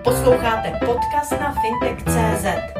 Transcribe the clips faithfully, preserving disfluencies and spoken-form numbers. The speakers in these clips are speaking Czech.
Posloucháte podcast na fintech tečka cé zet.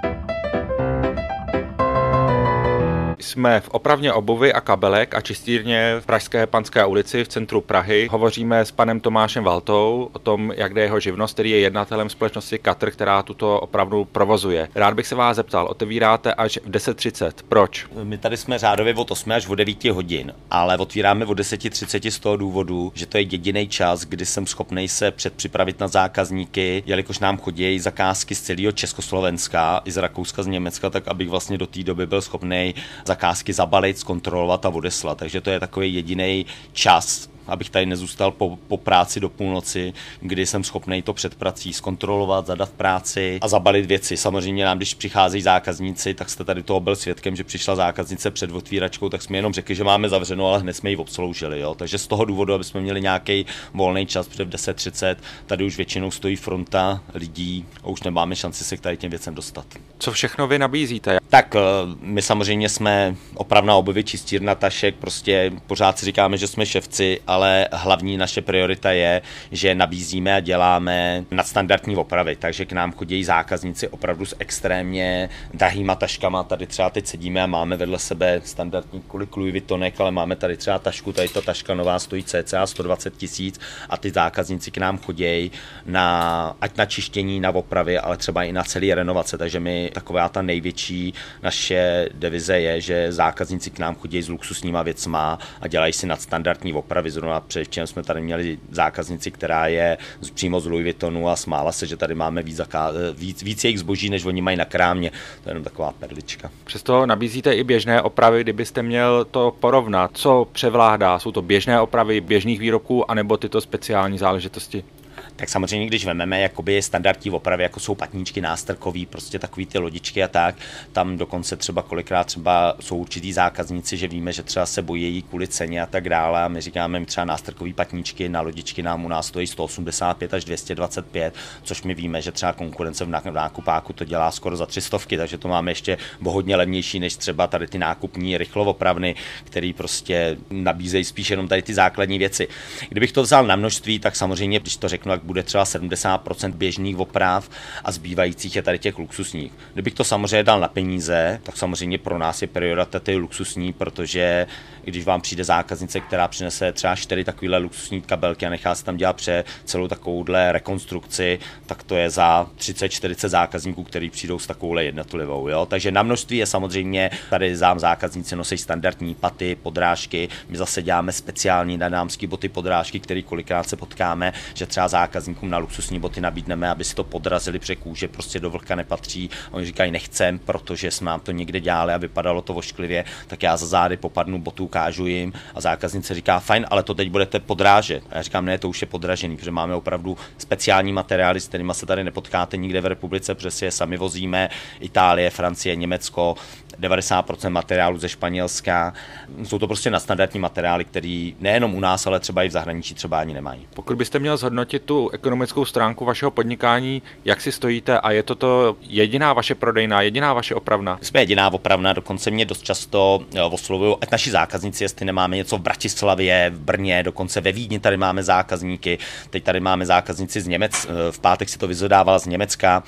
Jsme v opravně obuvy a kabelek a čistírně v pražské Panské ulici v centru Prahy. Hovoříme s panem Tomášem Valtou o tom, jak jde jeho živnost, který je jednatelem společnosti Katr, která tuto opravnu provozuje. Rád bych se vás zeptal, otevíráte až v deset třicet. Proč? My tady jsme řádově od osmi až od devíti hodin, ale otvíráme od deset třicet z toho důvodu, že to je jediný čas, kdy jsem schopný se předpřipravit na zákazníky, jelikož nám chodí zakázky z celého Československa, i z Rakouska, z Německa, tak abych vlastně do té doby byl schopný zakázky zabalit, zkontrolovat a odeslat. Takže to je takový jediný čas, abych tady nezůstal po, po práci do půlnoci, kdy jsem schopný to před prací zkontrolovat, zadat práci a zabalit věci. Samozřejmě nám, když přicházejí zákazníci, tak jste tady toho byl svědkem, že přišla zákaznice před otvíračkou, tak jsme jenom řekli, že máme zavřeno, ale hned jsme ji obsloužili. Jo? Takže z toho důvodu, aby jsme měli nějaký volný čas před deset třicet, tady už většinou stojí fronta lidí a už nemáme šanci se k tady těm věcem dostat. Co všechno vy nabízíte? Tak my samozřejmě jsme opravná obuvy, čistírna tašek, prostě pořád si říkáme, že jsme ševci, ale hlavní naše priorita je, že nabízíme a děláme nadstandardní opravy, takže k nám chodí zákazníci opravdu s extrémně drahýma taškama. Tady třeba teď sedíme a máme vedle sebe standardní kolik Louis Vuittonek, ale máme tady třeba tašku, tady ta taška nová stojí cca sto dvacet tisíc a ty zákazníci k nám chodí na, ať na čištění, na opravy, ale třeba i na celý renovace, takže my taková ta největší naše devize je, že zákazníci k nám chodí s luxusníma věcma a dělají si nadstandardní opravy. Zrovna předevčím jsme tady měli zákaznici, která je přímo z Louis Vuittonu a smála se, že tady máme víc, zaká- víc, víc jejich zboží, než oni mají na krámě. To je jenom taková perlička. Přesto nabízíte i běžné opravy, kdybyste měl to porovnat. Co převládá? Jsou to běžné opravy běžných výrobků anebo tyto speciální záležitosti? Tak samozřejmě, když vememe jakoby standardní opravy, jako jsou patníčky nástrkový, prostě takový ty lodičky a tak, tam dokonce třeba kolikrát třeba jsou určitý zákazníci, že víme, že třeba se bojí kvůli ceně a tak dále a my říkáme třeba nástrkový patníčky na lodičky nám u nás stojí sto osmdesát pět až dvě stě dvacet pět, což my víme, že třeba konkurence v nákupáku to dělá skoro za tři stovky, takže to máme ještě hodně levnější než třeba tady ty nákupní rychlovopravny, který prostě nabízejí spíš jenom tady ty základní věci. Kdybych to vzal na množství, tak samozřejmě, když to řeknu, bude třeba sedmdesát procent běžných oprav a zbývajících je tady těch luxusních. Kdybych to samozřejmě dal na peníze, tak samozřejmě pro nás je priorita ty luxusní, protože když vám přijde zákaznice, která přinese třeba čtyři takovéhle luxusní kabelky a nechá se tam dělat pře celou takovouhle rekonstrukci, tak to je za třicet čtyřicet zákazníků, kteří přijdou s takovouhle jednotlivou. Jo? Takže na množství je samozřejmě, tady zám zákazníci nosí standardní paty, podrážky, my zase děláme speciální na dámský boty podrážky, který kolikrát se potkáme, že třeba zákazníkům na luxusní boty nabídneme, aby si to podrazili, protože kůže prostě do vlhka nepatří. Oni říkají, nechcem, protože jsme nám to někde dělali a vypadalo to vošklivě, tak já za zády popadnu botu, ukážu jim a zákaznice říká, fajn, ale to teď budete podrážet. A já říkám, ne, to už je podražený, protože máme opravdu speciální materiály, s kterými se tady nepotkáte nikde v republice, protože si je sami vozíme, Itálie, Francie, Německo, devadesát procent materiálu ze Španělska. Jsou to prostě nadstandardní materiály, které nejenom u nás, ale třeba i v zahraničí třeba ani nemají. Pokud byste měl zhodnotit tu ekonomickou stránku vašeho podnikání, jak si stojíte a je to to jediná vaše prodejná, jediná vaše opravna? Jsme jediná opravna, dokonce mě dost často oslovují, ať naši zákazníci, jestli nemáme něco v Bratislavě, v Brně, dokonce ve Vídni tady máme zákazníky, teď tady máme zákazníci z Němec, v pátek si to vyzvedával z Německa,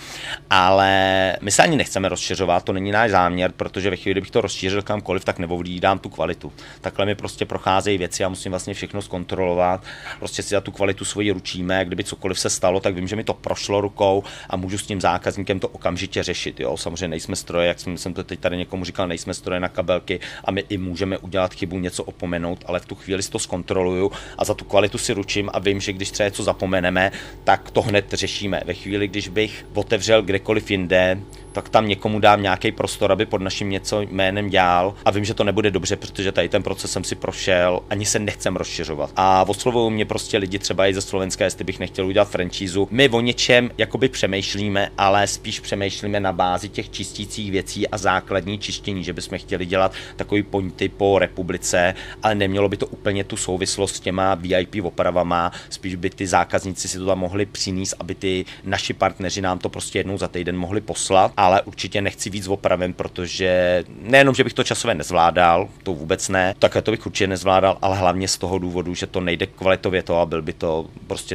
ale my se ani nechceme rozšiřovat, to není náš záměr, protože ve chvíli, kdybych to rozšířil kamkoliv, tak neovlídám tu kvalitu. Takhle mi prostě procházejí věci a musím vlastně všechno zkontrolovat, prostě si za tu kvalitu svoji ručíme, kdyby cokoliv se stalo, tak vím, že mi to prošlo rukou a můžu s tím zákazníkem to okamžitě řešit. Jo? Samozřejmě nejsme stroje, jak jsem, jsem to teď tady někomu říkal, nejsme stroje na kabelky a my i můžeme udělat chybu, něco opomenout, ale v tu chvíli si to zkontroluju a za tu kvalitu si ručím a vím, že když třeba něco zapomeneme, tak to hned řešíme. Ve chvíli, když bych otevřel kdekoliv jinde, tak tam někomu dám nějaký prostor, aby pod naším něco jménem dělal a vím, že to nebude dobře, protože tady ten proces jsem si prošel, ani se nechcem rozšiřovat. A oslovují mě prostě lidi třeba i ze Slovenska, jestli bych nechtěl udělat franšízu. My o něčem jakoby přemýšlíme, ale spíš přemýšlíme na bázi těch čistících věcí a základní čištění, že bychom chtěli dělat takový pointy po republice, ale nemělo by to úplně tu souvislost s těma V I P opravama, spíš by ty zákazníci si to tam mohli přinést, aby ty naši partneři nám to prostě jednou za týden mohli poslat, ale určitě nechci víc opravem, protože nejenom, že bych to časově nezvládal, to vůbec ne, takhle to bych určitě nezvládal, ale hlavně z toho důvodu, že to nejde kvalitově to a byl by to prostě cesta zpátky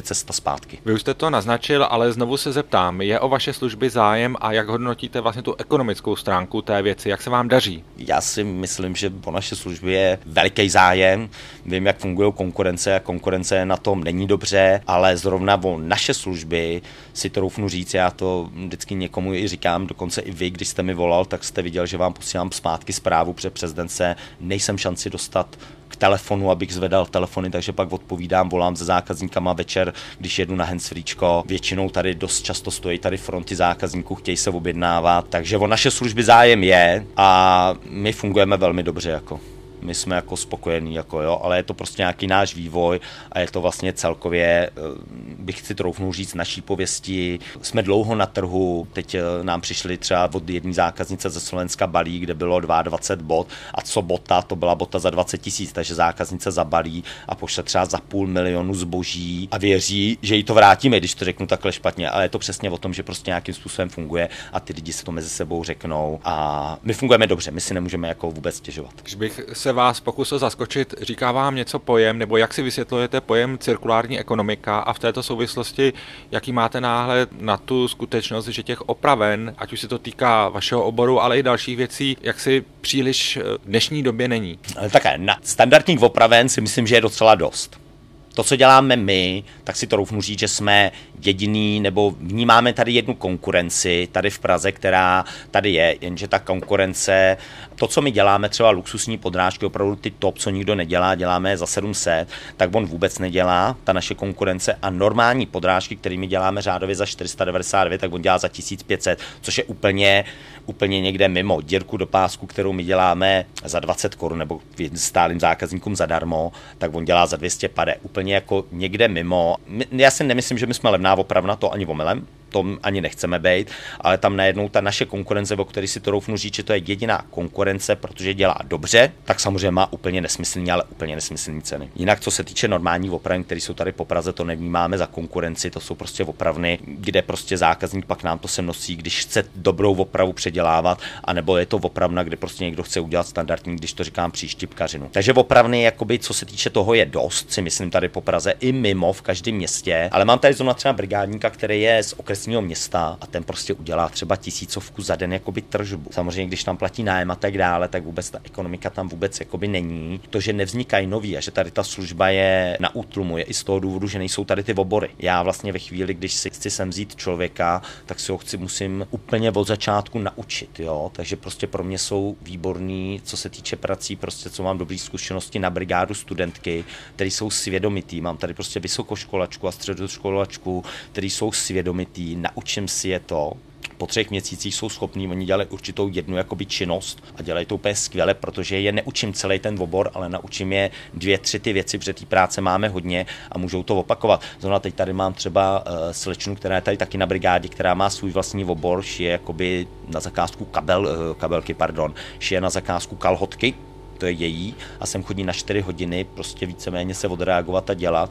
zpátky. Vy už jste to naznačil, ale znovu se zeptám, je o vaše služby zájem a jak hodnotíte vlastně tu ekonomickou stránku té věci, jak se vám daří? Já si myslím, že o naše služby je veliký zájem. Vím, jak fungují konkurence a konkurence na tom není dobře, ale zrovna o naše služby si to doufnu říct, já to vždycky někomu i říkám, dokonce i vy, když jste mi volal, tak jste viděl, že vám posílám zpátky zprávu, protože přes den se nejsem šanci dostat k telefonu, abych zvedal telefony, takže pak odpovídám, volám se zákazníkama večer, když jedu na handsfreečko. Většinou tady dost často stojí tady fronty zákazníků, chtějí se objednávat, takže o naše služby zájem je a my fungujeme velmi dobře jako. My jsme jako spokojení, jako jo, ale je to prostě nějaký náš vývoj a je to vlastně celkově, bych si troufnul říct, naší pověsti. Jsme dlouho na trhu, teď nám přišli třeba od jedné zákaznice ze Slovenska balík, kde bylo dvacet dva bot a co bota, to byla bota za dvacet tisíc, takže zákaznice zabalí a pošle třeba za půl milionu zboží a věří, že jí to vrátíme, když to řeknu takhle špatně, ale je to přesně o tom, že prostě nějakým způsobem funguje a ty lidi si to mezi sebou řeknou a my fungujeme dobře, my si nemůžeme jako vůbec stěžovat. Když bych se vás pokusil zaskočit, říká vám něco pojem, nebo jak si vysvětlujete pojem cirkulární ekonomika a v této souvislosti, jaký máte náhled na tu skutečnost, že těch opraven, ať už se to týká vašeho oboru, ale i dalších věcí, jak si příliš v dnešní době není? Ale také, na standardních opraven si myslím, že je docela dost. To, co děláme my, tak si to doufnu říct, že jsme jediný, nebo vnímáme tady jednu konkurenci tady v Praze, která tady je, jenže ta konkurence, to, co my děláme, třeba luxusní podrážky, opravdu ty top, co nikdo nedělá, děláme za sedm set, tak on vůbec nedělá, ta naše konkurence, a normální podrážky, kterými děláme řádově za čtyři sta devadesát devět, tak on dělá za tisíc pět set, což je úplně, úplně někde mimo. Dírku do pásku, kterou my děláme za dvacet korun, nebo stálým zákazníkům zadarmo, tak on dělá za dvě stě padesát, úplně jako někde mimo. Já si nemyslím, že my jsme levná opravna, to ani omylem, to ani nechceme být, ale tam najednou ta naše konkurence, o které si to doufnu říct, že to je jediná konkurence, protože dělá dobře, tak samozřejmě má úplně nesmyslný, ale úplně nesmyslný ceny. Jinak, co se týče normální opravy, které jsou tady po Praze, to nevnímáme za konkurenci, to jsou prostě opravny, kde prostě zákazník pak nám to sem nosí, když chce dobrou opravu předělávat, anebo je to opravna, kde prostě někdo chce udělat standardní, když to říkám příštipkařinu. Takže opravny, jakoby, co se týče toho, je dost, si myslím tady po Praze i mimo v každém městě, ale mám tady zrovna třeba brigádníka, který je z okresního města a ten prostě udělá třeba tisícovku za den jakoby tržbu. Samozřejmě, když tam platí nájem a tak dále, tak vůbec ta ekonomika tam vůbec jakoby není. To, že nevznikají noví a že tady ta služba je na útlumu, je i z toho důvodu, že nejsou tady ty obory. Já vlastně ve chvíli, když si chci sem vzít člověka, tak si ho chci musím úplně od začátku naučit, jo. Takže prostě pro mě jsou výborní, co se týče prací, prostě co mám dobré zkušenosti na brigádu studentky, který jsou svědomitý. Mám tady prostě vysokoškolačku a středoškolačku, který jsou svědomitý, naučím si je to. Po třech měsících jsou schopní, oni dělají určitou jednu jakoby činnost a dělají to úplně skvěle, protože je neučím celý ten obor, ale naučím je dvě, tři ty věci, protože té práce máme hodně a můžou to opakovat. Zrovna teď tady mám třeba uh, slečnu, která je tady taky na brigádě, která má svůj vlastní obor, šije jakoby na zakázku kabel, uh, kabelky, pardon, šije na zakázku kalhotky, to je její a sem chodí na čtyři hodiny, prostě víceméně se odreagovat a dělat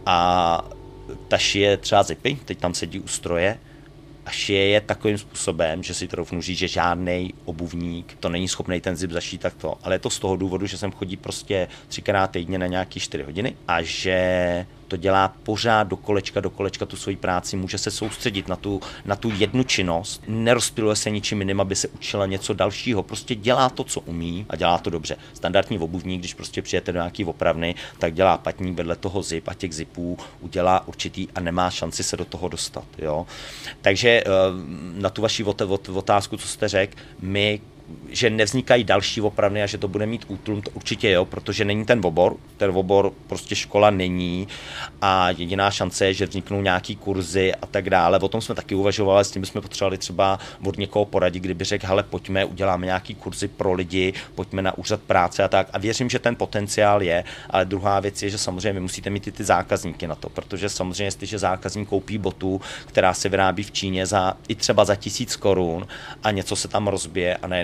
a ta šije třeba zipy, teď tam sedí u stroje, a šije je takovým způsobem, že si troufnu říct, že žádnej obuvník to není schopný ten zip zašít takto. Ale je to z toho důvodu, že sem chodí prostě třikrát týdně na nějaký čtyři hodiny a že to dělá pořád do kolečka, do kolečka tu svoji práci, může se soustředit na tu, na tu jednu činnost, nerozptiluje se ničím jiným, aby se učila něco dalšího, prostě dělá to, co umí a dělá to dobře. Standardní obuvník, když prostě přijete do nějaký opravny, tak dělá patník vedle toho zip a těch zipů udělá určitý a nemá šanci se do toho dostat. Jo? Takže na tu vaši otázku, co jste řekl, my že nevznikají další opravny a že to bude mít útlum, to určitě jo, protože není ten obor, ten obor prostě škola není a jediná šance je, že vzniknou nějaký kurzy a tak dále. O tom jsme taky uvažovali, s tím bychom potřebovali třeba od někoho poradit, kdyby řekl, hele, pojďme, uděláme nějaký kurzy pro lidi, pojďme na úřad práce a tak. A věřím, že ten potenciál je, ale druhá věc je, že samozřejmě vy musíte mít i ty zákazníky na to, protože samozřejmě, jestliže zákazník koupí botu, která se vyrábí v Číně za i třeba za tisíc korun a něco se tam rozbije a najednou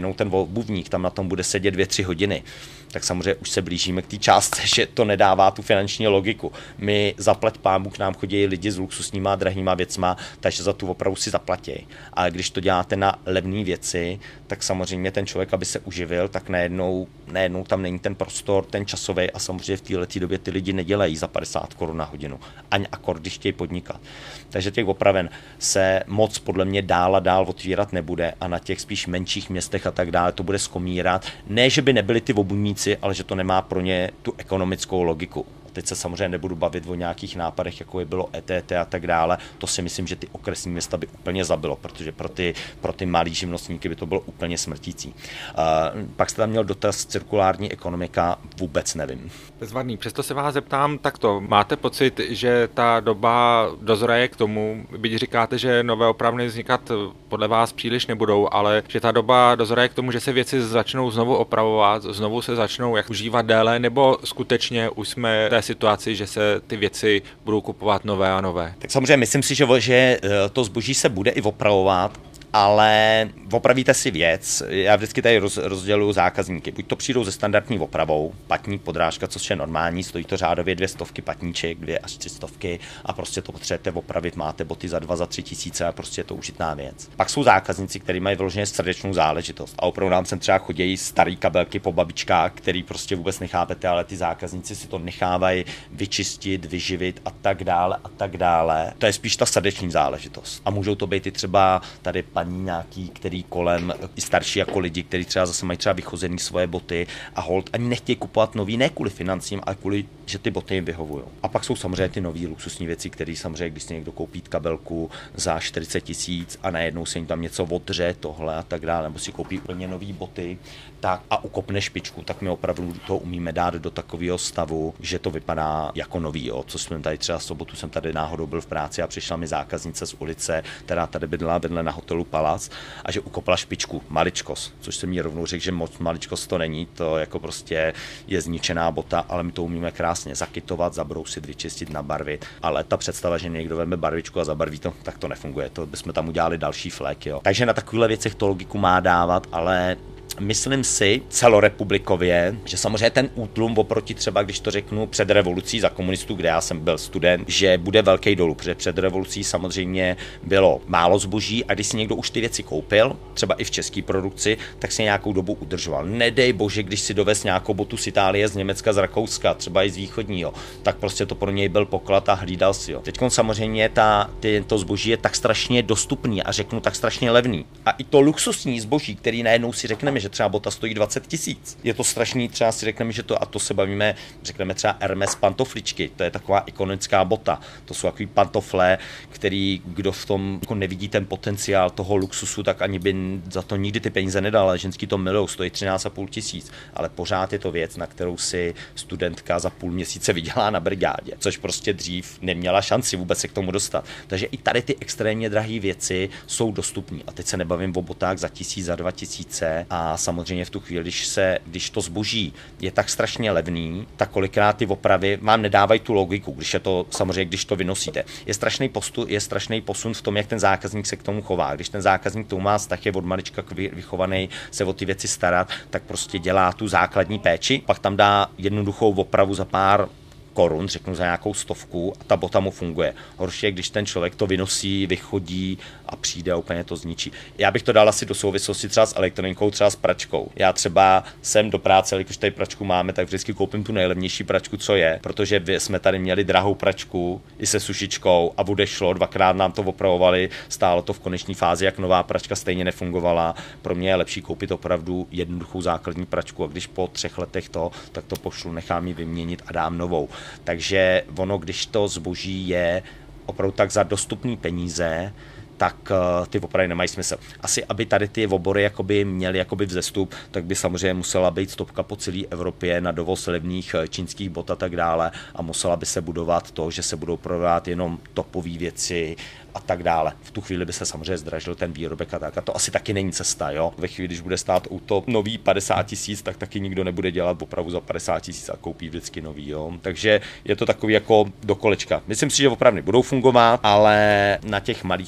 najednou ten obuvník tam na tom bude sedět dvě, tři hodiny, tak samozřejmě už se blížíme k té částce, že to nedává tu finanční logiku. My zaplať pámu, k nám chodí lidi s luxusníma, drahýma věcma, takže za tu opravu si zaplatí. Ale když to děláte na levné věci, tak samozřejmě ten člověk, aby se uživil, tak najednou, najednou tam není ten prostor, ten časový a samozřejmě v této době ty lidi nedělají za padesát korun na hodinu. Ani akord, když chtějí podnikat. Takže těch opraven se moc podle mě dál a dál otvírat nebude a na těch spíš menších městech a tak dále to bude skomírat. Ne, že by nebyly ty obuvníci, ale že to nemá pro ně tu ekonomickou logiku. Teď se samozřejmě nebudu bavit o nějakých nápadech, jako je bylo E T T a tak dále. To si myslím, že ty okresní města by úplně zabilo, protože pro ty, pro ty malý živnostníky by to bylo úplně smrtící. Uh, pak jste tam měl dotaz cirkulární ekonomika, vůbec nevím. Bezvadný, přesto se vás zeptám takto. Máte pocit, že ta doba dozraje k tomu, byť říkáte, že nové opravny vznikat podle vás příliš nebudou, ale že ta doba dozraje k tomu, že se věci začnou znovu opravovat, znovu se začnou jak užívat déle, nebo skutečně už jsme v té situaci, že se ty věci budou kupovat nové a nové? Tak samozřejmě myslím si, že, že to zboží se bude i opravovat, ale opravíte si věc, já vždycky tady roz, rozděluju zákazníky, buď to přijdou se standardní opravou, patník, podrážka, což je normální, stojí to řádově dvě stovky patníček, dvě až tři stovky a prostě to potřebujete opravit, máte boty za dva, za tři tisíce a prostě je to užitná věc. Pak jsou zákazníci, kteří mají vyloženě srdečnou záležitost a opravdu nám sem třeba chodí starý kabelky po babičkách, který prostě vůbec nechápete, ale ty zákazníci si to nechávají vyčistit, vyživit a tak dále a tak dále. To je spíš ta srdeční záležitost. A můžou to být i třeba tady paní nějaký, který kolem, i starší jako lidi, kteří třeba zase mají třeba vychozený svoje boty a hold ani nechtějí kupovat nový, ne kvůli financím, ale kvůli, že ty boty jim vyhovují. A pak jsou samozřejmě ty nový luxusní věci, které samozřejmě, když si někdo koupí kabelku za čtyřicet tisíc a najednou se jim tam něco odře, tohle a tak dále, nebo si koupí úplně nový boty, tak a ukopne špičku, tak my opravdu to umíme dát do takového stavu, že to vypadá jako nový, jo. Co jsme tady třeba v sobotu jsem tady náhodou byl v práci a přišla mi zákaznice z ulice, která tady bydlela vedle na hotelu Palace a že ukopla špičku, maličkos, což jsem jí rovnou řekl, že moc maličkos to není, to jako prostě je zničená bota, ale my to umíme krásně zakytovat, zabrousit, vyčistit, nabarvit, ale ta představa, že někdo veme barvičku a zabarví to, tak to nefunguje, to bychom tam udělali další flek, jo. Takže na takovýchhle věcech to logiku má dávat, ale myslím si celorepublikově, že samozřejmě ten útlum oproti třeba, když to řeknu před revolucí za komunistů, kde já jsem byl student, že bude velký dolů, protože před revolucí samozřejmě bylo málo zboží a když si někdo už ty věci koupil, třeba i v české produkci, tak si nějakou dobu udržoval. Nedej bože, když si dovez nějakou botu z Itálie, z Německa, z Rakouska, třeba i z východního, tak prostě to pro něj byl poklad a hlídal si ho. Teď samozřejmě ta, ty, to zboží je tak strašně dostupný a řeknu tak strašně levný. A i to luxusní zboží, který najednou si řekneme, že třeba bota stojí dvacet tisíc. Je to strašný, třeba si řekneme, že to, a to se bavíme, řekneme třeba Hermes pantofličky, to je taková ikonická bota. To jsou takový pantofle, který, kdo v tom jako nevidí ten potenciál toho luxusu, tak ani by za to nikdy ty peníze nedal, ale ženský to milou, stojí třináct a půl tisíc, ale pořád je to věc, na kterou si studentka za půl měsíce vydělá na brigádě, což prostě dřív neměla šanci vůbec se k tomu dostat. Takže i tady ty extrémně drahé věci jsou dostupné. A teď se nebavím o botách za tisíc, za dva tisíce a samozřejmě v tu chvíli, když, se, když to zboží je tak strašně levný, tak kolikrát ty opravy vám nedávají tu logiku, když je to samozřejmě, když to vynosíte. Je strašný postu, je strašný posun v tom, jak ten zákazník se k tomu chová. Když ten zákazník tomu má vztah, je od malička vychovaný se o ty věci starat, tak prostě dělá tu základní péči, pak tam dá jednoduchou opravu za pár korun, řeknu za nějakou stovku a ta bota mu funguje. Horší je, když ten člověk to vynosí, vychodí a přijde a úplně to zničí. Já bych to dal asi do souvislosti třeba s elektronikou, třeba s pračkou. Já třeba jsem do práce, když tady pračku máme, tak vždycky koupím tu nejlevnější pračku, co je, protože jsme tady měli drahou pračku i se sušičkou a bude šlo, dvakrát nám to opravovali, stálo to v koneční fázi, jak nová pračka stejně nefungovala. Pro mě je lepší koupit opravdu jednoduchou základní pračku a když po třech letech to, tak to pošlu, nechám ji vyměnit a dám novou. Takže ono, když to zboží je opravdu tak za dostupné peníze, tak uh, ty opravy nemají smysl. Asi, aby tady ty obory jakoby měly jakoby vzestup, tak by samozřejmě musela být stopka po celé Evropě na dovoz levných čínských bot a tak dále a musela by se budovat to, že se budou prodávat jenom topové věci a tak dále. V tu chvíli by se samozřejmě zdražil ten výrobek a tak. A to asi taky není cesta, jo. Ve chvíli, když bude stát auto nový padesát tisíc, tak taky nikdo nebude dělat opravu za padesát tisíc a koupí vždycky nový, jo. Takže je to takový jako do kolečka. Myslím si, že opravdu budou fungovat, ale na těch malých městech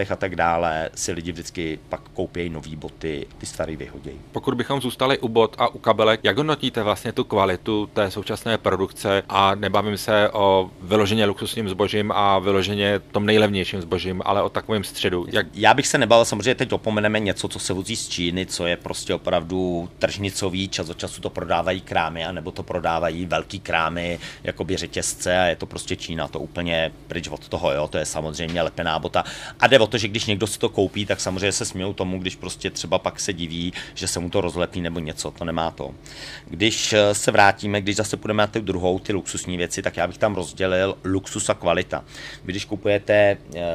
letech a tak dále si lidi vždycky pak koupějí nový boty, ty starý vyhodějí. Pokud bychom zůstali u bot a u kabelek, jak hodnotíte vlastně tu kvalitu té současné produkce a nebavím se o vyloženě luxusním zbožím a vyloženě tom nejlevnějším zbožím, ale o takovém středu? Jak... Já bych se nebál, samozřejmě teď opomeneme něco, co se vozí z Číny, co je prostě opravdu tržnicový, čas od času to prodávají krámy, anebo to prodávají velký krámy, jakoby řetězce a je to prostě Čína, to úplně pryč od toho, jo, to je samozřejmě lepená bota. A jde o to, že když někdo si to koupí, tak samozřejmě se smějou tomu, když prostě třeba pak se diví, že se mu to rozlepí nebo něco, to nemá to. Když se vrátíme, když zase půjdeme na tu druhou, ty luxusní věci, tak já bych tam rozdělil luxus a kvalita. Vy když kupujete e,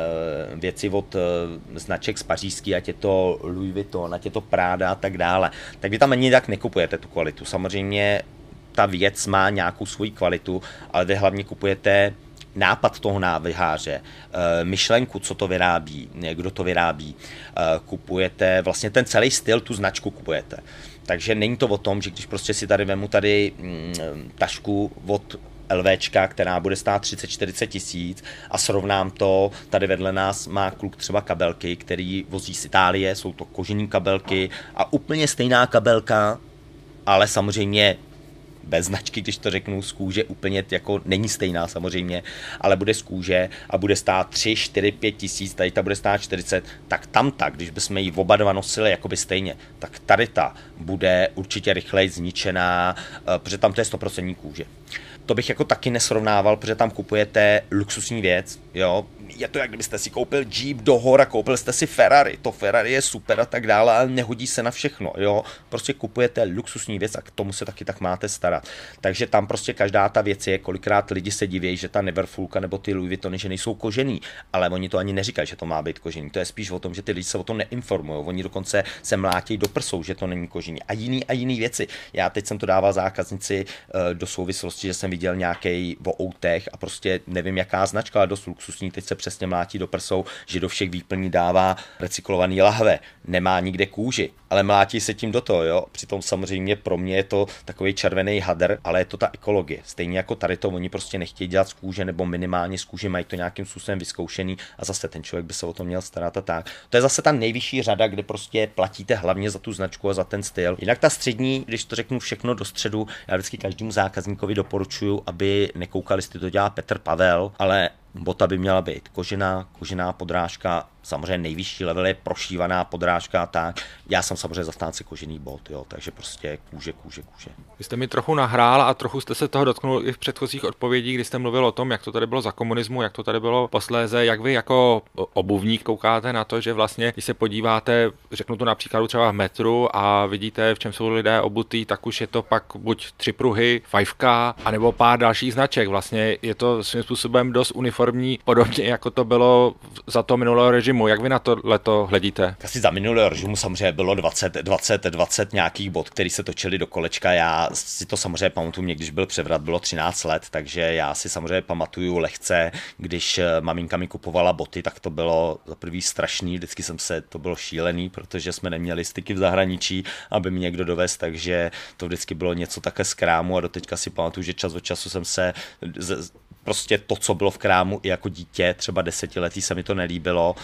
věci od e, značek z pařížský, ať je to Louis Vuitton, ať je to Prada a tak dále, tak vy tam ani tak nekupujete tu kvalitu. Samozřejmě ta věc má nějakou svoji kvalitu, ale vy hlavně kupujete nápad toho návyháře, myšlenku, co to vyrábí, kdo to vyrábí, kupujete vlastně ten celý styl, tu značku kupujete. Takže není to o tom, že když prostě si tady vemu tady mm, tašku od LVčka, která bude stát třicet čtyřicet tisíc a srovnám to, tady vedle nás má kluk třeba kabelky, který vozí z Itálie, jsou to kožený kabelky a úplně stejná kabelka, ale samozřejmě bez značky, když to řeknu, z kůže úplně jako není stejná samozřejmě, ale bude z kůže a bude stát tři, čtyři, pět tisíc, tady ta bude stát čtyřicet, tak tam tak, když bychom ji oba dva nosili jakoby stejně, tak tady ta bude určitě rychleji zničená, protože tam to je sto procent kůže. To bych jako taky nesrovnával, protože tam kupujete luxusní věc, jo. Je to, jak kdybyste si koupil Jeep do hor a koupil jste si Ferrari. To Ferrari je super a tak dále, ale nehodí se na všechno, jo. Prostě kupujete luxusní věc a k tomu se taky tak máte starat. Takže tam prostě každá ta věc je, kolikrát lidi se diví, že ta Neverfullka nebo ty Louis Vuittony, že nejsou kožený, ale oni to ani neříkají, že to má být kožený. To je spíš o tom, že ty lidi se o tom neinformují. Oni dokonce se mlátí do prsou, že to není kožený. A jiný a jiný věci. Já teď jsem to dával zákaznici do souvislosti, že jsem viděl nějaký o autech a prostě nevím jaká značka, ale dost luxusní, teď se přesně mlátí do prsou, že do všech výplní dává recyklovaný lahve, nemá nikde kůži, ale mlátí se tím do toho, jo. Přitom samozřejmě pro mě je to takový červený hadr, ale je to ta ekologie. Stejně jako tady to, oni prostě nechtějí dělat z kůže nebo minimálně z kůže, mají to nějakým způsobem vyzkoušený a zase ten člověk by se o to měl starat a tak. To je zase ta nejvyšší řada, kde prostě platíte hlavně za tu značku a za ten styl. Jinak ta střední, když to řeknu všechno do středu, já vždycky každému zákazníkovi doporučuji, aby nekoukali, jestli to dělá Petr Pavel, ale bota by měla být kožená, kožená podrážka, samozřejmě nejvyšší level je prošívaná podrážka a tak. Já jsem samozřejmě zastánce kožený bot, jo, takže prostě kůže, kůže, kůže. Vy jste mi trochu nahrál a trochu jste se toho dotknul i v předchozích odpovědích, kdy jste mluvil o tom, jak to tady bylo za komunismu, jak to tady bylo posléze, jak vy jako obuvník koukáte na to, že vlastně, když se podíváte, řeknu to například třeba v metru a vidíte, v čem jsou lidé obutí, tak už je to pak buď tři pruhy, fajfka, anebo pár dalších značek. Vlastně je to svým způsobem dost uniformní, podobně jako to bylo za to minulého režimu. Jak vy na to leto hledíte? Asi za minulého režimu samozřejmě bylo dvacet, dvacet, dvacet nějakých bot, který se točili do kolečka. Já si to samozřejmě pamatuju, mě když byl převrat, bylo třináct let, takže já si samozřejmě pamatuju lehce, když maminka mi kupovala boty, tak to bylo za prvý strašný, vždycky jsem se, to bylo šílený, protože jsme neměli styky v zahraničí, aby mi někdo dovez, takže to vždycky bylo něco také z krámu a doteďka si pamatuju, že čas od času jsem se z, prostě to, co bylo v krámu i jako dítě, třeba desetiletí se mi to nelíbilo.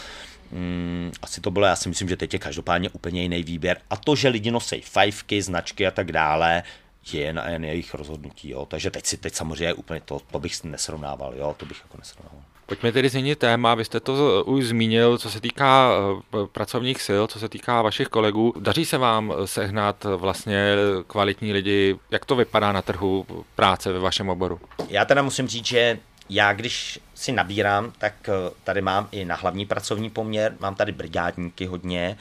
Hmm, asi to bylo, já si myslím, že teď je každopádně úplně jiný výběr. A to, že lidi nosí fajfky, značky a tak dále, je na jejich rozhodnutí. Jo. Takže teď si teď samozřejmě úplně to, to bych nesrovnával, jo, to bych jako nesrovnával. Pojďme tedy změnit téma, vy jste to už zmínil, co se týká pracovních sil, co se týká vašich kolegů. Daří se vám sehnat vlastně kvalitní lidi? Jak to vypadá na trhu práce ve vašem oboru? Já teda musím říct, že já když si nabírám, tak tady mám i na hlavní pracovní poměr, mám tady brigádníky hodně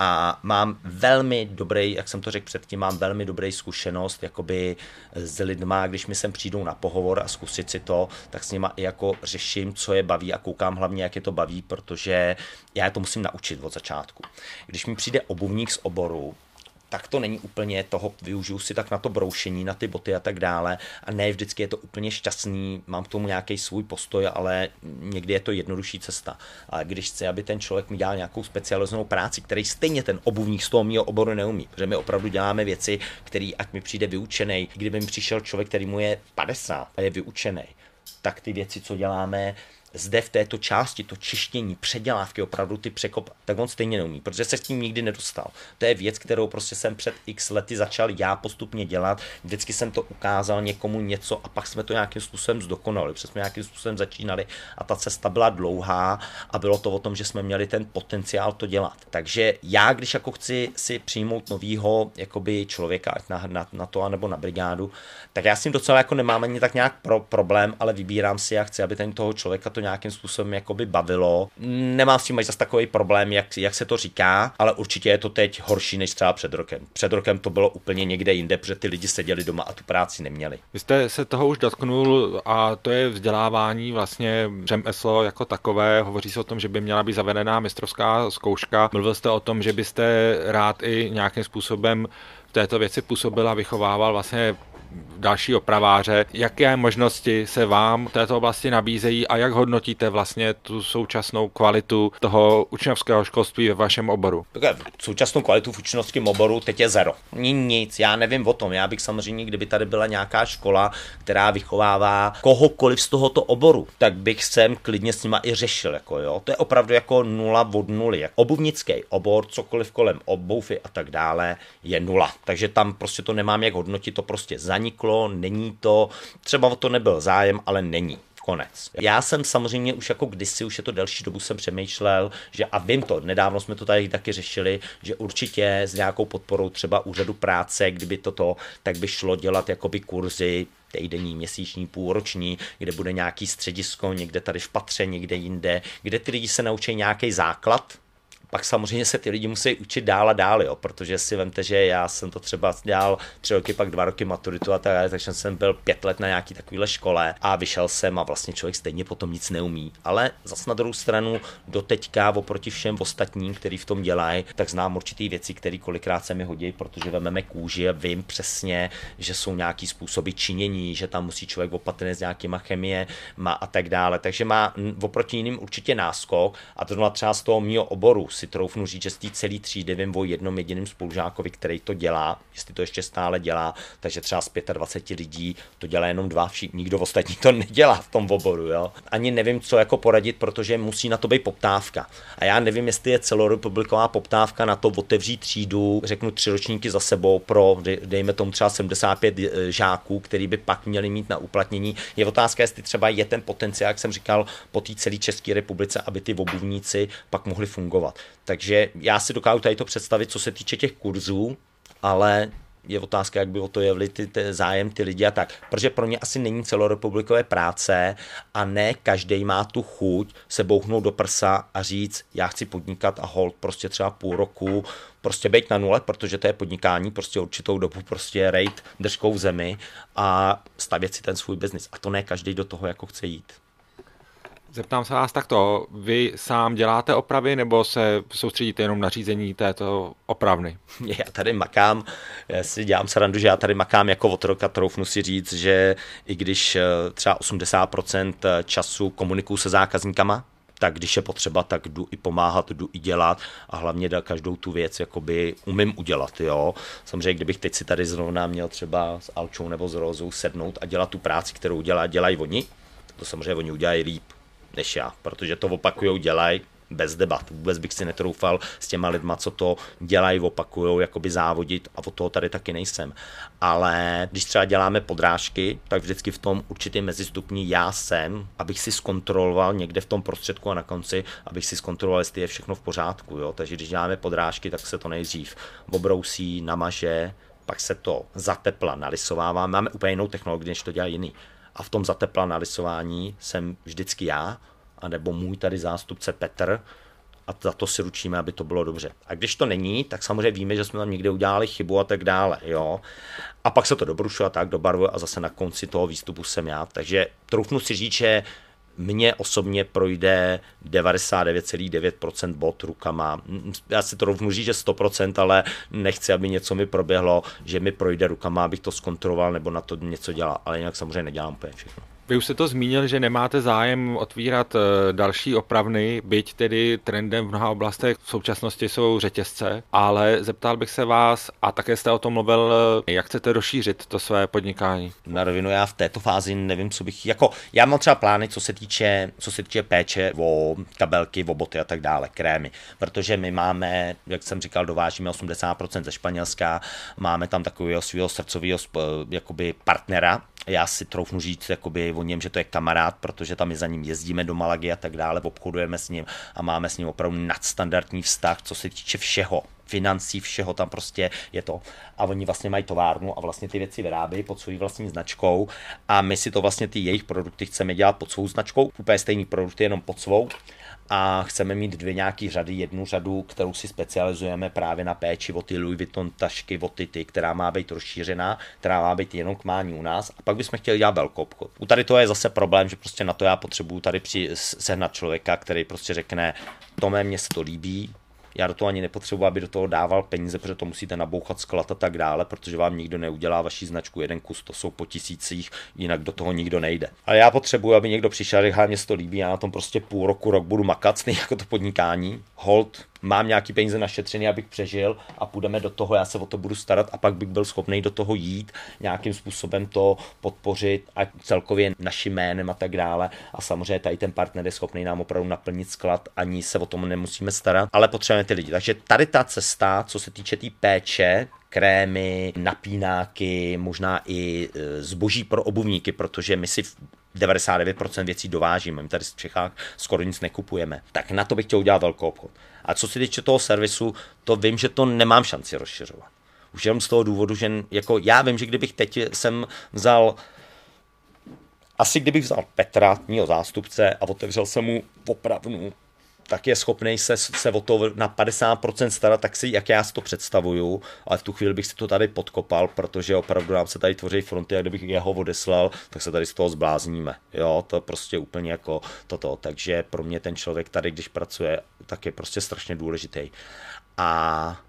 a mám velmi dobrý, jak jsem to řekl předtím, mám velmi dobrý zkušenost jakoby s lidma, když mi sem přijdou na pohovor a zkusit si to, tak s nima i jako řeším, co je baví a koukám hlavně, jak je to baví, protože já je to musím naučit od začátku. Když mi přijde obuvník z oboru, tak to není úplně toho, využiju si tak na to broušení, na ty boty a tak dále a ne vždycky je to úplně šťastný, mám k tomu nějaký svůj postoj, ale někdy je to jednodušší cesta. A když chci, aby ten člověk mi dělal nějakou specializovanou práci, který stejně ten obuvník z toho mýho oboru neumí, protože my opravdu děláme věci, který, ať mi přijde vyučený, kdyby mi přišel člověk, který mu je padesát a je vyučený, tak ty věci, co děláme, zde v této části, to čištění, předělávky, opravdu ty překop, tak on stejně neumí, protože se s tím nikdy nedostal. To je věc, kterou prostě jsem před x lety začal já postupně dělat, vždycky jsem to ukázal někomu něco a pak jsme to nějakým způsobem zdokonali, protože jsme nějakým způsobem začínali a ta cesta byla dlouhá a bylo to o tom, že jsme měli ten potenciál to dělat. Takže já, když jako chci si přijmout novýho jakoby člověka, ať na, na, na to, anebo na brigádu, tak já s tím docela jako nemám ani tak nějak pro, problém, ale vybírám si, jak chci, aby ten toho člověka to nějakým způsobem jakoby bavilo. Nemám s tím až zase takový problém, jak, jak se to říká, ale určitě je to teď horší než třeba před rokem. Před rokem to bylo úplně někde jinde, protože ty lidi seděli doma a tu práci neměli. Vy jste se toho už dotknul a to je vzdělávání, vlastně řemeslo jako takové. Hovoří se o tom, že by měla být zavedená mistrovská zkouška. Mluvil jste o tom, že byste rád i nějakým způsobem v této věci působil a vychovával vlastně další opraváře. Jaké možnosti se vám v této oblasti nabízejí a jak hodnotíte vlastně tu současnou kvalitu toho učňovského školství ve vašem oboru? Současnou kvalitu v učňovském oboru teď je zero. Nic, já nevím o tom. Já bych samozřejmě, kdyby tady byla nějaká škola, která vychovává kohokoliv z tohoto oboru, tak bych sem klidně s nima i řešil. Jako jo. To je opravdu jako nula od nuly. Jak obuvnický obor, cokoliv kolem oboufy a tak dále, je nula. Takže tam prostě to nemám jak hodnotit, to prostě zaniklo, není to, třeba o to nebyl zájem, ale není. Konec. Já jsem samozřejmě už jako kdysi, už je to delší dobu, jsem přemýšlel, že a vím to, nedávno jsme to tady taky řešili, že určitě s nějakou podporou třeba úřadu práce, kdyby toto, tak by šlo dělat jakoby kurzy, týdenní, měsíční, půlroční, kde bude nějaký středisko, někde tady v patře, někde jinde, kde ty lidi se naučí nějaký základ. Pak samozřejmě se ty lidi musí učit dál a dál, jo, protože si vemte, že já jsem to třeba dělal tři roky, pak dva roky maturitu a tak dále, takže jsem byl pět let na nějaký takovýhle škole a vyšel jsem a vlastně člověk stejně potom nic neumí. Ale zas na druhou stranu doteďka oproti všem ostatním, kteří v tom dělají, tak znám určitý věci, které kolikrát se mi hodí, protože vememe kůži a vím přesně, že jsou nějaký způsoby činění, že tam musí člověk opatrně s nějakýma chemie má a tak dále. Takže má oproti jiným určitě náskok a to třeba z toho mýho oboru si troufnu říct, že z té celé třídy vím o jednom jediném spolužákovi, který to dělá, jestli to ještě stále dělá, takže třeba z dvacet pět lidí to dělá jenom dva, všichni, nikdo ostatní to nedělá v tom oboru, jo. Ani nevím, co jako poradit, protože musí na to být poptávka. A já nevím, jestli je celorepubliková poptávka na to otevřít třídu, řeknu tři ročníky za sebou pro, dejme tomu třeba sedmdesát pět žáků, který by pak měli mít na uplatnění. Je otázka, jestli třeba je ten potenciál, jak jsem říkal, po té celé České republice, aby ty obuvníci pak mohli fungovat. Takže já si dokážu tady to představit, co se týče těch kurzů, ale je otázka, jak by o to jevili ty, ty zájem ty lidi a tak. Protože pro ně asi není celorepublikové práce a ne každý má tu chuť se bouchnout do prsa a říct, já chci podnikat a hold prostě třeba půl roku, prostě bejt na nule, protože to je podnikání, prostě určitou dobu prostě rejt držkou v zemi a stavět si ten svůj biznis. A to ne každý do toho jako chce jít. Zeptám se vás takto, vy sám děláte opravy nebo se soustředíte jenom na řízení této opravny? Já tady makám, já si dělám srandu, že já tady makám jako otrok a troufnu si říct, že i když třeba osmdesát procent času komunikuju se zákazníkama, tak když je potřeba, tak jdu i pomáhat, jdu i dělat a hlavně každou tu věc jakoby umím udělat, jo. Samozřejmě, kdybych teď si tady zrovna měl třeba s Alčou nebo s Rózou sednout a dělat tu práci, kterou dělá, dělají oni, to samozřejmě oni udělají líp než já, protože to opakujou, dělají bez debat. Vůbec bych si netroufal s těma lidma, co to dělají, opakujou, jakoby závodit a od toho tady taky nejsem. Ale když třeba děláme podrážky, tak vždycky v tom určitém mezistupni já jsem, abych si zkontroloval někde v tom prostředku a na konci, abych si zkontroloval, jestli je všechno v pořádku. Jo? Takže když děláme podrážky, tak se to nejdřív obrousí, namaže, pak se to zatepla, narysovává. Máme úplně jinou technologii, než to dělá jiný. A v tom zatepla narysování jsem vždycky já, anebo můj tady zástupce Petr a za to si ručíme, aby to bylo dobře. A když to není, tak samozřejmě víme, že jsme tam někde udělali chybu a tak dále, jo. A pak se to dobrušuje a tak dobarvuje a zase na konci toho výstupu jsem já. Takže troufnu si říct, že mně osobně projde devadesát devět celá devět procent bod rukama. Já si to rovnu říct, že sto procent, ale nechci, aby něco mi proběhlo, že mi projde rukama, abych to zkontroloval nebo na to něco dělal. Ale jinak samozřejmě nedělám úplně všechno. Vy už jste to zmínil, že nemáte zájem otvírat další opravny, byť tedy trendem v mnoha oblastech v současnosti jsou řetězce, ale zeptal bych se vás, a také jste o tom mluvil, jak chcete rozšířit to své podnikání? Na rovinu já v této fázi nevím, co bych, jako já mám třeba plány, co se týče, co se týče péče o kabelky, o boty a tak dále, krémy, protože my máme, jak jsem říkal, dovážíme osmdesát procent ze Španělska, máme tam takového svého srdcového jakoby partnera. Já si troufnu říct jakoby o něm, že to je kamarád, protože tam my za ním jezdíme do Malagy a tak dále, obchodujeme s ním a máme s ním opravdu nadstandardní vztah, co se týče všeho, financí, všeho tam prostě je to. A oni vlastně mají továrnu a vlastně ty věci vyrábějí pod svou vlastní značkou a my si to vlastně ty jejich produkty chceme dělat pod svou značkou, úplně stejný produkty, jenom pod svou. A chceme mít dvě nějaký řady, jednu řadu, kterou si specializujeme právě na péči o ty Louis Vuitton tašky, o ty, ty, která má být rozšířená, která má být jenom k mání u nás. A pak bychom chtěli dělat velkou obchod. U tady to je zase problém, že prostě na to já potřebuju tady při, sehnat člověka, který prostě řekne, Tome, mně se to líbí, já do toho ani nepotřebuji, aby do toho dával peníze, protože to musíte nabouchat sklad a tak dále, protože vám nikdo neudělá vaši značku jeden kus, to jsou po tisících, jinak do toho nikdo nejde. Ale já potřebuji, aby někdo přišel a řekl, mně se to líbí, já na tom prostě půl roku, rok budu makat, stejně jako to podnikání, hold, mám nějaký peníze našetřený, abych přežil a půjdeme do toho, já se o to budu starat a pak bych byl schopný do toho jít, nějakým způsobem to podpořit a celkově naším jménem a tak dále. A samozřejmě tady ten partner je schopný nám opravdu naplnit sklad, ani se o tom nemusíme starat, ale potřebujeme ty lidi. Takže tady ta cesta, co se týče té tý péče, krémy, napínáky, možná i zboží pro obuvníky, protože my si devadesát devět procent věcí dovážíme, my tady v Čechách skoro nic nekupujeme. Tak na to bych chtěl udělat velkou obchod. A co se týče toho servisu, to vím, že to nemám šanci rozšiřovat. Už jenom z toho důvodu, že jako já vím, že kdybych teď jsem vzal, asi kdybych vzal Petra, mýho zástupce a otevřel jsem mu opravdu, tak je schopný se, se o to na padesát procent starat, tak si, jak já si to představuju, ale v tu chvíli bych si to tady podkopal, protože opravdu nám se tady tvoří fronty a kdybych jeho odeslal, tak se tady z toho zblázníme. Jo, to prostě úplně jako toto. Takže pro mě ten člověk tady, když pracuje, tak je prostě strašně důležitý. A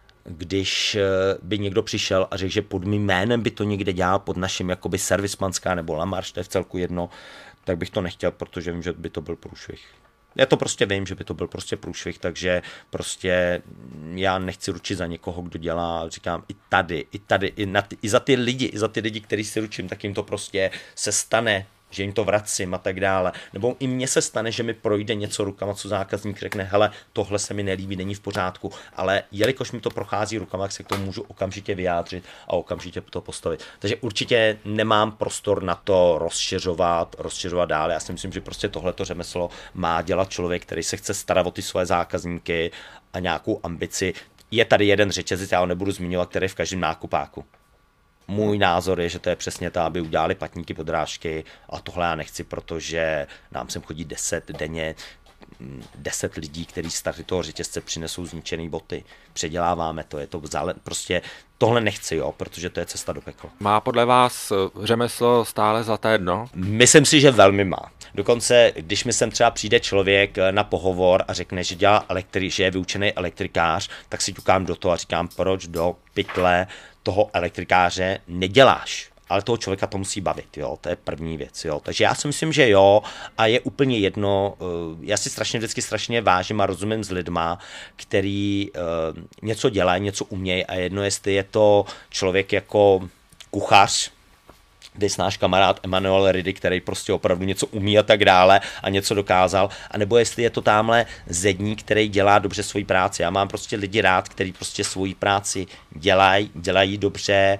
když by někdo přišel a řekl, že pod mým jménem by to někde dělal, pod naším jakoby Servismanská nebo La Marche, to je v celku jedno, tak bych to nechtěl, protože vím, že by to byl průšvih. Já to prostě vím, že by to byl prostě průšvih, takže prostě já nechci ručit za někoho, kdo dělá, říkám, i tady, i tady, i, na ty, i za ty lidi, i za ty lidi, který si ručím, tak jim to prostě se stane, že jim to vracím a tak dále. Nebo i mně se stane, že mi projde něco rukama, co zákazník řekne, hele, tohle se mi nelíbí, není v pořádku, ale jelikož mi to prochází rukama, tak se k tomu můžu okamžitě vyjádřit a okamžitě to postavit. Takže určitě nemám prostor na to rozšiřovat, rozšiřovat dále. Já si myslím, že prostě tohleto řemeslo má dělat člověk, který se chce starat o ty své zákazníky a nějakou ambici. Je tady jeden řetězec, já ho nebudu zmiňovat, který je v každém nákupáku. Můj názor je, že to je přesně to, aby udělali patníky, podrážky a tohle já nechci, protože nám sem chodí deset denně, deset lidí, kteří z tady toho řetězce přinesou zničené boty. Předěláváme to, je to zále, prostě tohle nechci, jo, protože to je cesta do pekla. Má podle vás řemeslo stále zlaté dno? Myslím si, že velmi má. Dokonce, když mi sem třeba přijde člověk na pohovor a řekne, že dělá elektri, že je vyučený elektrikář, tak si ťukám do toho a říkám, proč do pytle toho elektrikáře neděláš. Ale toho člověka to musí bavit, jo, to je první věc, jo. Takže já si myslím, že jo, a je úplně jedno, já si strašně vždycky strašně vážím a rozumím s lidma, který uh, něco dělají, něco umějí a jedno, jestli je to člověk jako kuchař, dnes náš kamarád Emanuel Ridy, který prostě opravdu něco umí a tak dále a něco dokázal, anebo jestli je to tamhle zedník, který dělá dobře svoji práci. Já mám prostě lidi rád, kteří prostě svoji práci dělají, dělají dobře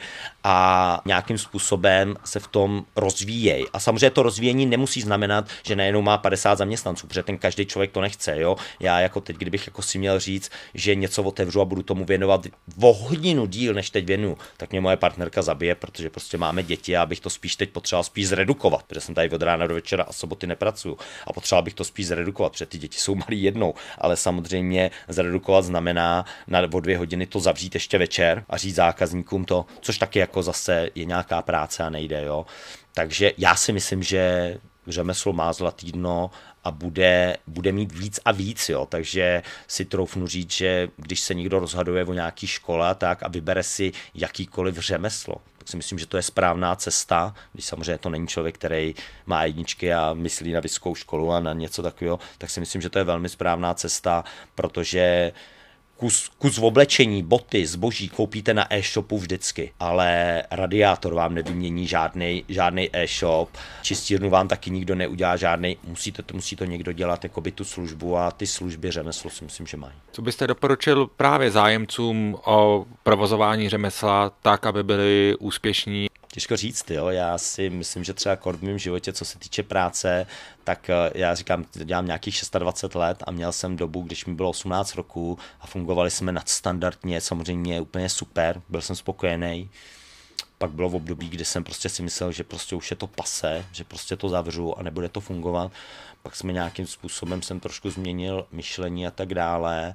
a nějakým způsobem se v tom rozvíjejí. A samozřejmě to rozvíjení nemusí znamenat, že najednou má padesát zaměstnanců, protože ten každý člověk to nechce. Jo? Já jako teď, kdybych jako si měl říct, že něco otevřu a budu tomu věnovat o hodinu díl, než teď věnuju, tak mě moje partnerka zabije, protože prostě máme děti a abych to spíš teď potřeboval spíš zredukovat, protože jsem tady od rána do večera a soboty nepracuju a potřeboval bych to spíš zredukovat, protože ty děti jsou malý jednou, ale samozřejmě zredukovat znamená na o dvě hodiny to zavřít ještě večer a říct zákazníkům to, což taky jako zase je nějaká práce a nejde, jo. Takže já si myslím, že řemeslo má zlatý dno a bude, bude mít víc a víc, jo. Takže si troufnu říct, že když se někdo rozhoduje o nějaký škole tak a vybere si jakýkoliv řemeslo, tak si myslím, že to je správná cesta, když samozřejmě to není člověk, který má jedničky a myslí na vysokou školu a na něco takového, tak si myslím, že to je velmi správná cesta, protože Kus, kus v oblečení, boty, zboží koupíte na e-shopu vždycky, ale radiátor vám nevymění žádný, žádný e-shop, čistírnu vám taky nikdo neudělá žádný, musíte to, musí to někdo dělat, jakoby tu službu a ty služby řemeslo si myslím, že mají. Co byste doporučil právě zájemcům o provozování řemesla tak, aby byli úspěšní? Těžko říct, jo. Já si myslím, že třeba v mém životě, co se týče práce, tak já říkám, dělám nějakých dvacet šest let a měl jsem dobu, když mi bylo osmnáct roků a fungovali jsme nadstandardně, samozřejmě úplně super, byl jsem spokojený. Pak bylo v období, kdy jsem prostě si myslel, že prostě už je to pase, že prostě to zavřu a nebude to fungovat. Pak jsme nějakým způsobem jsem trošku změnil myšlení a tak dále.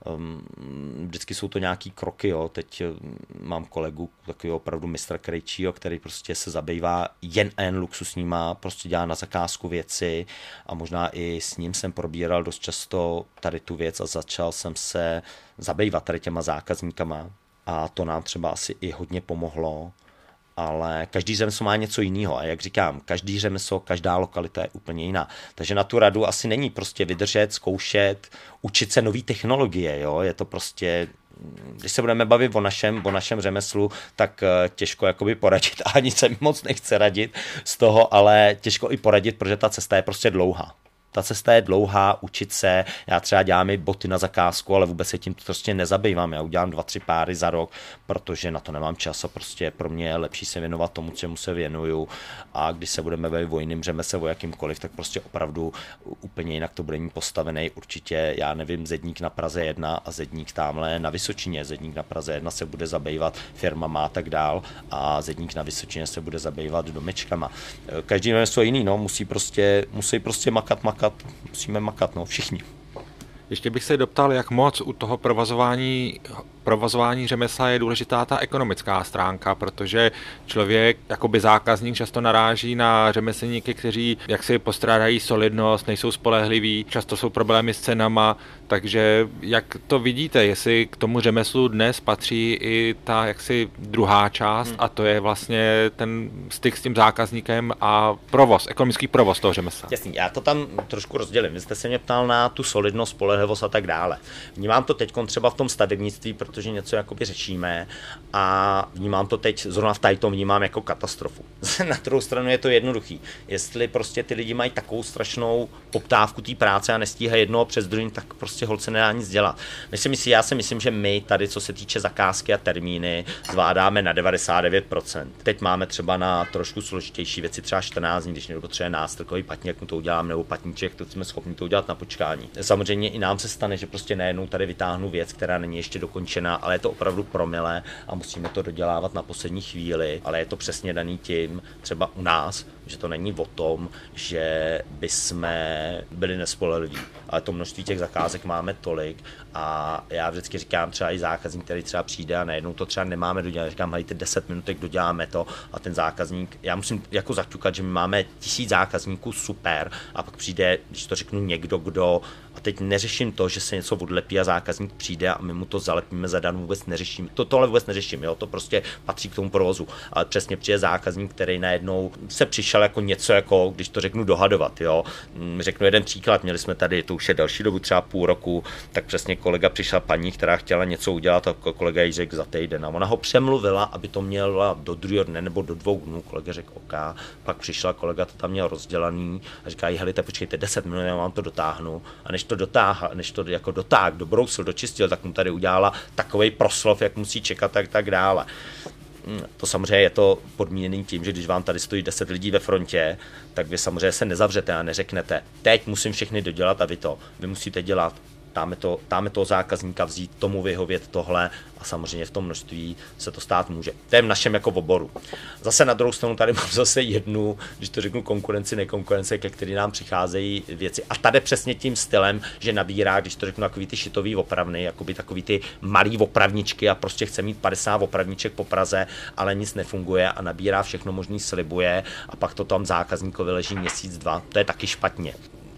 Vždycky jsou to nějaký kroky, jo. Teď mám kolegu, takového opravdu mistra krejčího, který prostě se zabývá jen a jen luxusníma, prostě dělá na zakázku věci a možná i s ním jsem probíral dost často tady tu věc a začal jsem se zabývat tady těma zákazníkama a to nám třeba asi i hodně pomohlo. Ale každý řemeslo má něco jiného a jak říkám, každý řemeslo, každá lokalita je úplně jiná. Takže na tu radu asi není prostě vydržet, zkoušet, učit se nové technologie, jo? Je to prostě, když se budeme bavit o našem, o našem řemeslu, tak těžko jakoby poradit a ani se mi moc nechce radit z toho, ale těžko i poradit, protože ta cesta je prostě dlouhá. Ta cesta je dlouhá, učit se, já třeba dělám i boty na zakázku, ale vůbec se tím prostě nezabývám, já udělám dva, tři páry za rok, protože na to nemám čas a prostě pro mě je lepší se věnovat tomu, čemu se věnuju a když se budeme bavit o jiným řemesle, o jakýmkoliv, tak prostě opravdu úplně jinak to bude mít postavený, určitě, já nevím, Zedník na Praze jedna a Zedník tamhle na Vysočině, Zedník na Praze jedna se bude zabývat firmama a tak dál a Zedník na Vysočině se bude zabývat domečkama. Každý řemeslo jiný, no, musí prostě, musí prostě makat, makat musíme makat, no, všichni. Ještě bych se doptal, jak moc u toho provozování, provozování řemesla je důležitá ta ekonomická stránka, protože člověk, jakoby zákazník, často naráží na řemeslníky, kteří jaksi postrádají solidnost, nejsou spolehliví, často jsou problémy s cenama, takže jak to vidíte, jestli k tomu řemeslu dnes patří i ta jaksi druhá část, hmm. a to je vlastně ten styk s tím zákazníkem a provoz, ekonomický provoz toho řemesla. Jasný, já to tam trošku rozdělím. Vy jste se mě ptal na tu solidnost, spolehlivost a tak dále. Vnímám to teď třeba v tom stavebnictví, protože něco jakoby řešíme a vnímám to teď, zrovna v tajtom vnímám jako katastrofu. Na druhou stranu je to jednoduchý. Jestli prostě ty lidi mají takovou strašnou poptávku té práce a nestíhají jednoho přes druhým, tak prostě holce nedá nic dělat. Myslím si, já si myslím, že my tady, co se týče zakázky a termíny, zvládáme na devadesát devět procent. Teď máme třeba na trošku složitější věci, třeba čtrnáct dní, když někdo potřebuje nástrkový patník, jak mu to udělám, nebo patníček, to jsme schopni to udělat na počkání. Samozřejmě i nám se stane, že prostě najednou tady vytáhnu věc, která není ještě dokončená, ale je to opravdu promile a musíme to dodělávat na poslední chvíli, ale je to přesně daný tím, třeba u nás, že to není o tom, že bychom byli nespolehliví, ale to množství těch zakázek máme tolik a já vždycky říkám třeba i zákazník, který třeba přijde a najednou to třeba nemáme dodělat, říkám, hejte deset minutek, doděláme to a ten zákazník, já musím jako zaťukat, že my máme tisíc zákazníků, super, a pak přijde, když to řeknu někdo, kdo, a teď neřeším to, že se něco odlepí a zákazník přijde a my mu to zalepíme zadarmo, vůbec neřeším, to tohle vůbec neřeším, jo, to prostě patří k tomu provozu, ale přesně přijde zákazník, který najednou se přišel jako něco, jako, když to řeknu, dohadovat, jo, řeknu jeden příklad, měli jsme tady, to už je další dobu, třeba půl roku, tak přesně kolega přišla paní, která chtěla něco udělat a kolega jí řekl za týden a ona ho přemluvila, aby to měla do druhého dne nebo do dvou dnů, kolega řekl OK, pak přišla, kolega to tam měl rozdělaný a říká jí, helejte, počkejte deset minut, já vám to dotáhnu a než to dotáhla, než to jako dotáh, dobrousil, dočistil, tak mu tady udělala takovej proslov, jak musí čekat, tak tak dále. To samozřejmě je to podmíněný tím, že když vám tady stojí deset lidí ve frontě, tak vy samozřejmě se nezavřete a neřeknete, teď musím všechny dodělat a vy to. Vy musíte dělat, dáme, to, dáme toho zákazníka vzít, tomu vyhovět tohle a samozřejmě v tom množství se to stát může. To je v našem jako oboru. Zase na druhou stranu tady mám zase jednu, když to řeknu konkurenci, nekonkurence, ke který nám přicházejí věci. A tady přesně tím stylem, že nabírá, když to řeknu, takový ty šitový opravny, jakoby takový ty malý opravničky a prostě chce mít padesát opravniček po Praze, ale nic nefunguje a nabírá všechno možný, slibuje a pak to tam zákazníkovi leží měsíc, dva. To je taky špatně.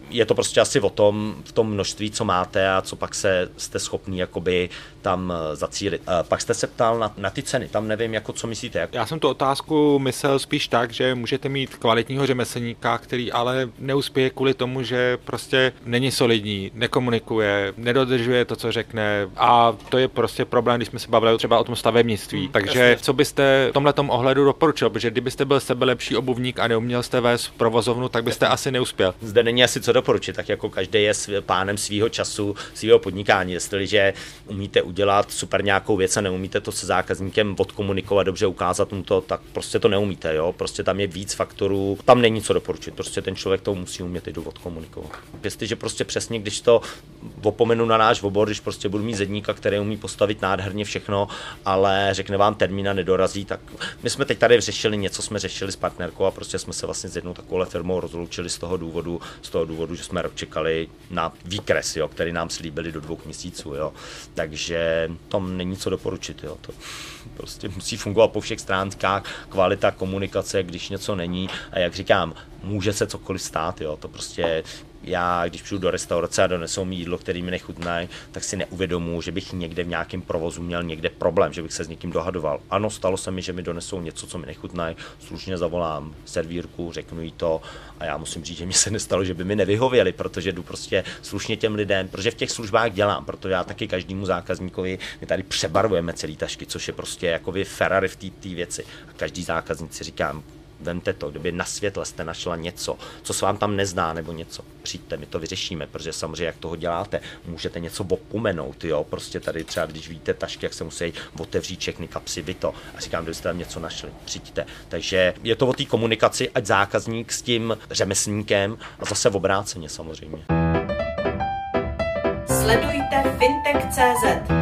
je to prostě asi o tom, v tom množství, co máte a co pak se jste schopný jakoby tam zacílit. A pak jste se ptal na, na ty ceny, tam nevím, jako co myslíte. Jak... Já jsem tu otázku myslel spíš tak, že můžete mít kvalitního řemeslníka, který ale neuspěje kvůli tomu, že prostě není solidní, nekomunikuje, nedodržuje to, co řekne, a to je prostě problém, když jsme se bavili třeba o tom stavebnictví. Hmm, Takže jasně. Co byste v tomhletom ohledu doporučil, protože kdybyste byl sebelepší obuvník a neuměl jste vést provozovnu, tak byste jasně. asi neuspěl. Zde není asi co doporučit, tak jako každý je pánem svýho času, svýho podnikání. Jestliže umíte udělat super nějakou věc a neumíte to se zákazníkem odkomunikovat, dobře ukázat mu to, tak prostě to neumíte, jo. Prostě tam je víc faktorů, tam není co doporučit. Prostě ten člověk to musí umět i odkomunikovat. Jestliže prostě přesně, když to opomenu na náš obor, když prostě budu mít zedníka, který umí postavit nádherně všechno, ale řekne vám termín a nedorazí, tak my jsme teď tady řešili něco, jsme řešili s partnerkou a prostě jsme se vlastně s jednou takovou firmou rozloučili z toho důvodu, z toho důvodu, že jsme rok čekali na výkres, jo, který nám slíbili do dvou měsíců, jo. Takže tam není co doporučit, jo. To prostě musí fungovat po všech stránkách, kvalita komunikace, když něco není, a jak říkám, může se cokoliv stát, jo. To prostě já, když přijdu do restaurace a donesou mi jídlo, který mi nechutná, tak si neuvědomuji, že bych někde v nějakém provozu měl někde problém, že bych se s někým dohadoval. Ano, stalo se mi, že mi donesou něco, co mi nechutná, slušně zavolám servírku, řeknu jí to, a já musím říct, že mi se nestalo, že by mi nevyhověli, protože jdu prostě slušně těm lidem, protože v těch službách dělám, protože já taky každému zákazníkovi, my tady přebarvujeme celý tašky, což je prostě jako vy Ferrari v té věci. A každý zákazník si říkám, vemte to, kdyby na světle jste našla něco, co se vám tam nezná nebo něco, přijďte, my to vyřešíme, protože samozřejmě jak toho děláte, můžete něco opomenout, jo, prostě tady třeba když vidíte tašky, jak se musí otevřít všechny kapsy, vy to, a říkám, kdybyste tam něco našli, přijďte. Takže je to o té komunikaci, ať zákazník s tím řemeslníkem a zase v obráceně samozřejmě. Sledujte fintech tečka cé zet.